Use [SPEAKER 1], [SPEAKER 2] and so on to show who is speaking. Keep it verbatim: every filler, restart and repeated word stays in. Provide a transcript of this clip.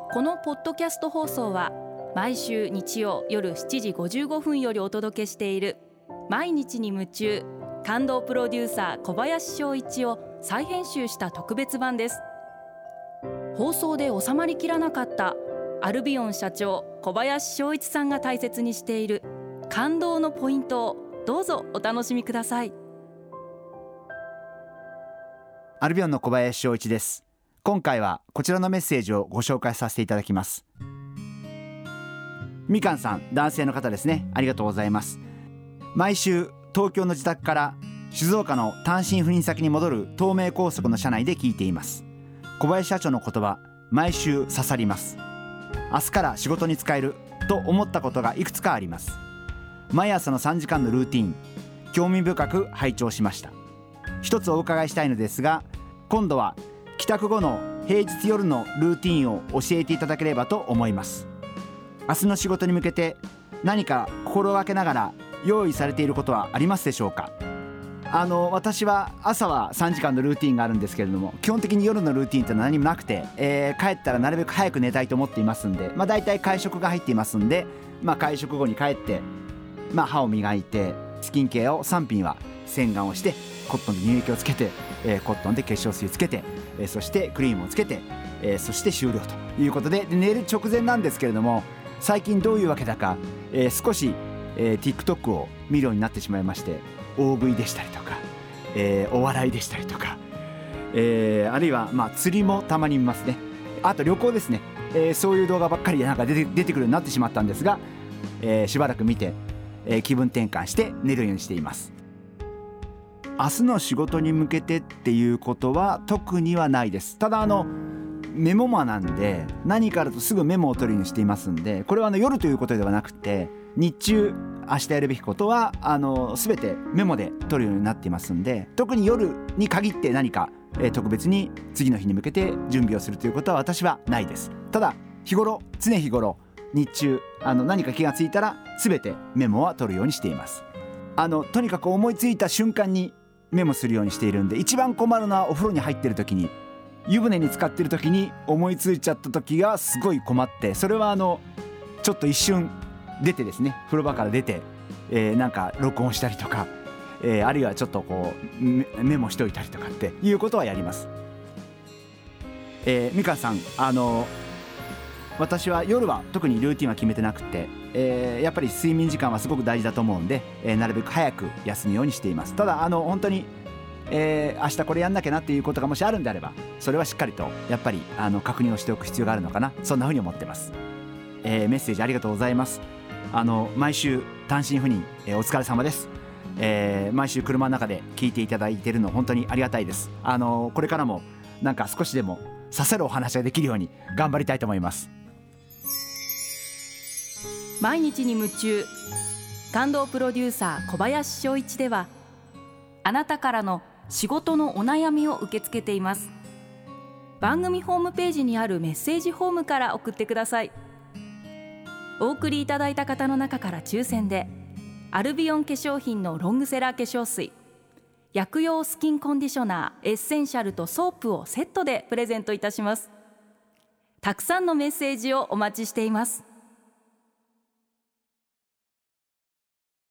[SPEAKER 1] このポッドキャスト放送は毎週日曜夜しちじごじゅうごふんよりお届けしている毎日に夢中感動プロデューサー小林翔一を再編集した特別版です。放送で収まりきらなかったアルビオン社長小林翔一さんが大切にしている感動のポイントをどうぞお楽しみください。
[SPEAKER 2] アルビオンの小林翔一です。今回はこちらのメッセージをご紹介させていただきます。みかんさん、男性の方ですね。ありがとうございます。毎週東京の自宅から静岡の単身赴任先に戻る東名高速の車内で聞いています。小林社長の言葉、毎週刺さります。明日から仕事に使えると思ったことがいくつかあります。毎朝のさんじかんのルーティン、興味深く拝聴しました。一つお伺いしたいのですが、今度は帰宅後の平日夜のルーティンを教えていただければと思います。明日の仕事に向けて何か心がけながら用意されていることはありますでしょうか。あの私は朝はさんじかんのルーティンがあるんですけれども、基本的に夜のルーティンってのは何もなくて、えー、帰ったらなるべく早く寝たいと思っていますんで、まあ、大体会食が入っていますんで、まあ、会食後に帰って、まあ、歯を磨いてスキンケアをさん品は洗顔をしてコットンで乳液をつけて、えー、コットンで化粧水つけて、えー、そしてクリームをつけて、えー、そして終了ということで、で寝る直前なんですけれども、最近どういうわけだか、えー、少し、えー、TikTok を見るようになってしまいまして、大食いでしたりとか、えー、お笑いでしたりとか、えー、あるいは、まあ、釣りもたまに見ますね。あと旅行ですね、えー、そういう動画ばっかりなんか出て、出てくるようになってしまったんですが、えー、しばらく見て、えー、気分転換して寝るようにしています。明日の仕事に向けてっていうことは特にはないです。ただあのメモマなんで、何かあるとすぐメモを取るようにしていますんで、これはあの夜ということではなくて、日中明日やるべきことはあの全てメモで取るようになっていますんで、特に夜に限って何か、えー、特別に次の日に向けて準備をするということは私はないです。ただ日頃常日頃日中あの何か気がついたら全てメモは取るようにしています。あのとにかく思いついた瞬間にメモするようにしているんで、一番困るのはお風呂に入ってる時に、湯船に浸かってる時に思いついちゃった時がすごい困って、それはあのちょっと一瞬出てですね、風呂場から出て、えー、なんか録音したりとか、えー、あるいはちょっとこう メ, メモしておいたりとかっていうことはやります。えー、美香さん、あの私は夜は特にルーティンは決めてなくて、えー、やっぱり睡眠時間はすごく大事だと思うんで、えー、なるべく早く休むようにしています。ただあの本当に、えー、明日これやんなきゃなっていうことがもしあるんであれば、それはしっかりとやっぱりあの確認をしておく必要があるのかな、そんなふうに思ってます。えー、メッセージありがとうございます。あの毎週単身赴任、えー、お疲れ様です。えー、毎週車の中で聞いていただいているの本当にありがたいです。あのこれからもなんか少しでも刺さるお話ができるように頑張りたいと思います。
[SPEAKER 1] 毎日に夢中感動プロデューサー小林翔一では、あなたからの仕事のお悩みを受け付けています。番組ホームページにあるメッセージフォームから送ってください。お送りいただいた方の中から抽選でアルビオン化粧品のロングセラー化粧水、薬用スキンコンディショナーエッセンシャルとソープをセットでプレゼントいたします。たくさんのメッセージをお待ちしています。